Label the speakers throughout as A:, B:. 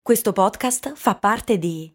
A: Questo podcast fa parte di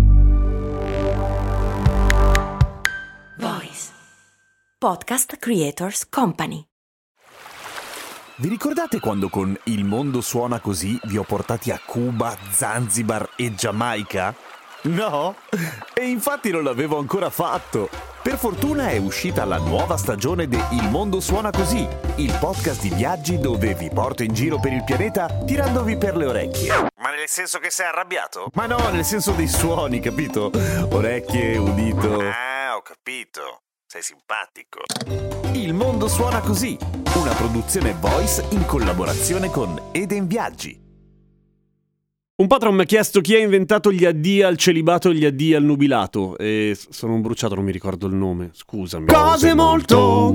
A: Voice Podcast Creators Company.
B: Vi ricordate quando con Il mondo suona così vi ho portati a Cuba, Zanzibar e Giamaica? No? E infatti non l'avevo ancora fatto. Per fortuna è uscita la nuova stagione di Il mondo suona così, il podcast di viaggi dove vi porto in giro per il pianeta tirandovi per le orecchie. Ma nel senso che sei arrabbiato? Ma no, nel senso dei suoni, capito? Orecchie, udito. Ah, ho capito. Sei simpatico. Il mondo suona così, una produzione Voice in collaborazione con Eden Viaggi.
C: Un patron mi ha chiesto chi ha inventato gli addii al celibato e gli addii al nubilato e sono un bruciato, non mi ricordo il nome, scusami. Cose molto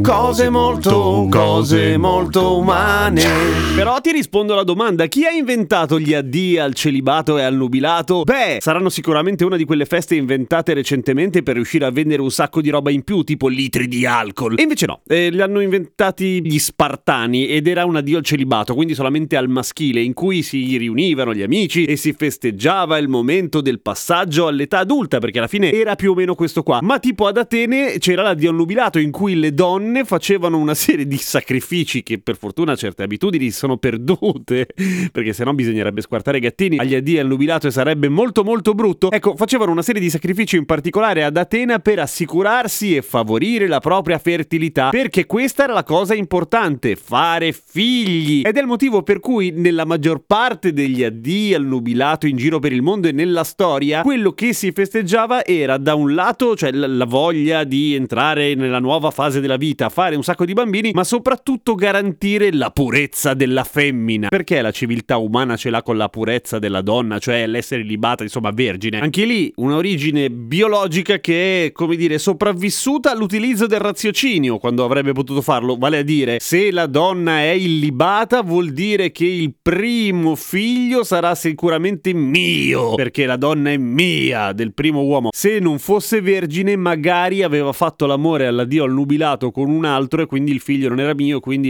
C: umane. Però ti rispondo alla domanda, chi ha inventato gli addii al celibato e al nubilato? Beh, saranno sicuramente una di quelle feste inventate recentemente per riuscire a vendere un sacco di roba in più, tipo litri di alcol. E invece no, li hanno inventati gli spartani ed era un addio al celibato, quindi solamente al maschile, in cui si riunivano gli amici e si festeggiava il momento del passaggio all'età adulta, perché alla fine era più o meno questo qua. Ma tipo ad Atene c'era l'addio al nubilato, in cui le donne facevano una serie di sacrifici che per fortuna certe abitudini sono perdute, perché sennò bisognerebbe squartare i gattini agli addii al nubilato e sarebbe molto molto brutto. Ecco, facevano una serie di sacrifici in particolare ad Atena per assicurarsi e favorire la propria fertilità, perché questa era la cosa importante, fare figli. Ed è il motivo per cui nella maggior parte degli addii al nubilato in giro per il mondo e nella storia, quello che si festeggiava era da un lato, cioè la voglia di entrare nella nuova fase della vita, fare un sacco di bambini, ma soprattutto garantire la purezza della femmina. Perché la civiltà umana ce l'ha con la purezza della donna, cioè l'essere libata, insomma vergine. Anche lì un'origine biologica che è, come dire, sopravvissuta all'utilizzo del raziocinio quando avrebbe potuto farlo, vale a dire, se la donna è illibata vuol dire che il primo figlio sarà sicuramente mio, perché la donna è mia, del primo uomo. Se non fosse vergine magari aveva fatto l'amore all'addio al nubilato con un altro e quindi il figlio non era mio, quindi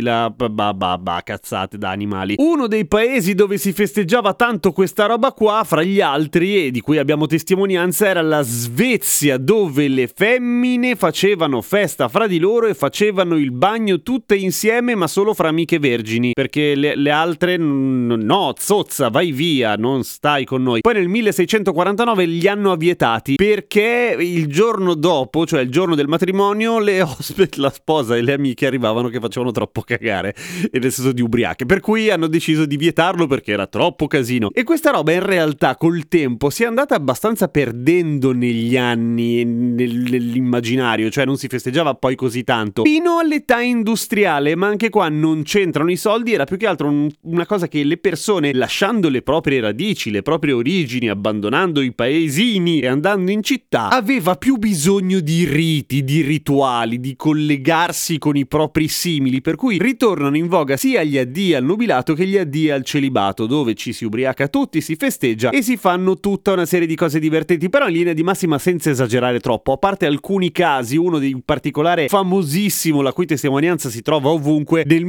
C: cazzate da animali. Uno dei paesi dove si festeggiava tanto questa roba qua, fra gli altri, e di cui abbiamo testimonianza, era la Svezia, dove le femmine facevano festa fra di loro e facevano il bagno tutte insieme, ma solo fra amiche vergini, perché le altre no, zozza, vai via, non stai con noi. Poi nel 1649 li hanno vietati perché il giorno dopo, cioè il giorno del matrimonio, le ospiti, la sposa e le amiche arrivavano che facevano troppo cagare, e nel senso di ubriache, per cui hanno deciso di vietarlo perché era troppo casino. E questa roba in realtà col tempo si è andata abbastanza perdendo negli anni nell'immaginario, cioè non si festeggiava poi così tanto fino all'età industriale, ma anche qua non c'entrano i soldi, era più che altro una cosa che le persone, lasciando le proprie radici, le proprie origini, abbandonando i paesini e andando in città, aveva più bisogno di riti, di rituali, di collegarsi con i propri simili, per cui ritornano in voga sia gli addii al nubilato che gli addii al celibato, dove ci si ubriaca tutti, si festeggia e si fanno tutta una serie di cose divertenti, però in linea di massima senza esagerare troppo, a parte alcuni casi, uno in particolare famosissimo, la cui testimonianza si trova ovunque, nel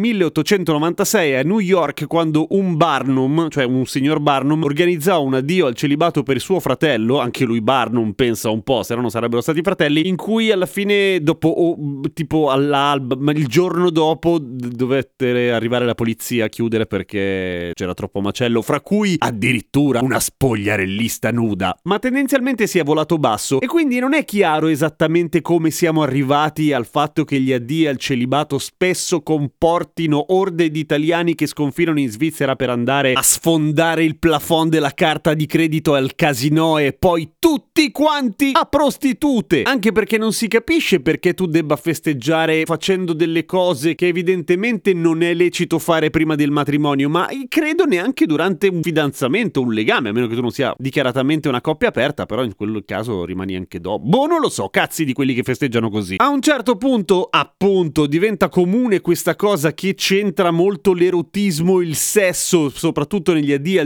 C: 1896 a New York, quando un Barnum, cioè un signor Barnum, organizzò un addio al celibato per suo fratello, anche lui Barnum, pensa un po', se no non sarebbero stati fratelli, in cui alla fine, dopo, tipo all'alba, ma il giorno dopo, dovette arrivare la polizia a chiudere perché c'era troppo macello, fra cui addirittura una spogliarellista nuda. Ma tendenzialmente si è volato basso e quindi non è chiaro esattamente come siamo arrivati al fatto che gli addii al celibato spesso comportino orde di italiani che sconfinano in Svizzera per andare a sfondare il plafond della carta di credito al casino e poi tutti quanti a prostitute. Anche perché non si capisce perché tu debba festeggiare facendo delle cose che evidentemente non è lecito fare prima del matrimonio, ma credo neanche durante un fidanzamento, un legame, a meno che tu non sia dichiaratamente una coppia aperta, però in quel caso rimani anche dopo. Boh, non lo so, cazzi di quelli che festeggiano così. A un certo punto, appunto, diventa comune questa cosa che c'entra molto l'erotismo, il sesso, soprattutto negli addii al celibato,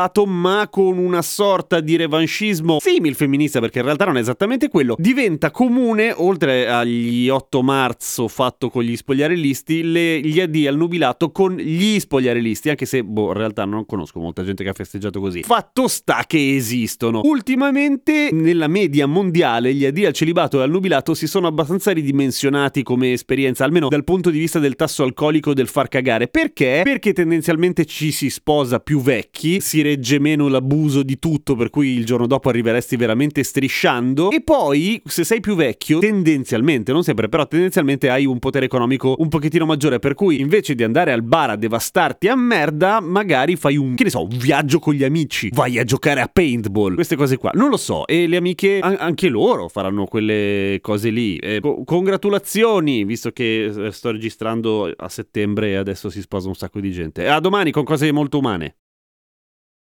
C: nubilato, ma con una sorta di revanchismo simil femminista, perché in realtà non è esattamente quello, diventa comune, oltre agli 8 marzo fatto con gli spogliarellisti, gli addii al nubilato con gli spogliarellisti, anche se, in realtà non conosco molta gente che ha festeggiato così. Fatto sta che esistono. Ultimamente, nella media mondiale, gli addii al celibato e al nubilato si sono abbastanza ridimensionati come esperienza, almeno dal punto di vista del tasso alcolico del far cagare. Perché? Perché tendenzialmente ci si sposa più vecchi, si regge meno l'abuso di tutto, per cui il giorno dopo arriveresti veramente strisciando, e poi, se sei più vecchio, tendenzialmente, non sempre, però tendenzialmente hai un potere economico un pochettino maggiore, per cui invece di andare al bar a devastarti a merda, magari fai un viaggio con gli amici, vai a giocare a paintball, queste cose qua, non lo so. E le amiche, anche loro faranno quelle cose lì. Congratulazioni, visto che sto registrando a settembre e adesso si sposa un sacco di gente. A domani con cose molto umane.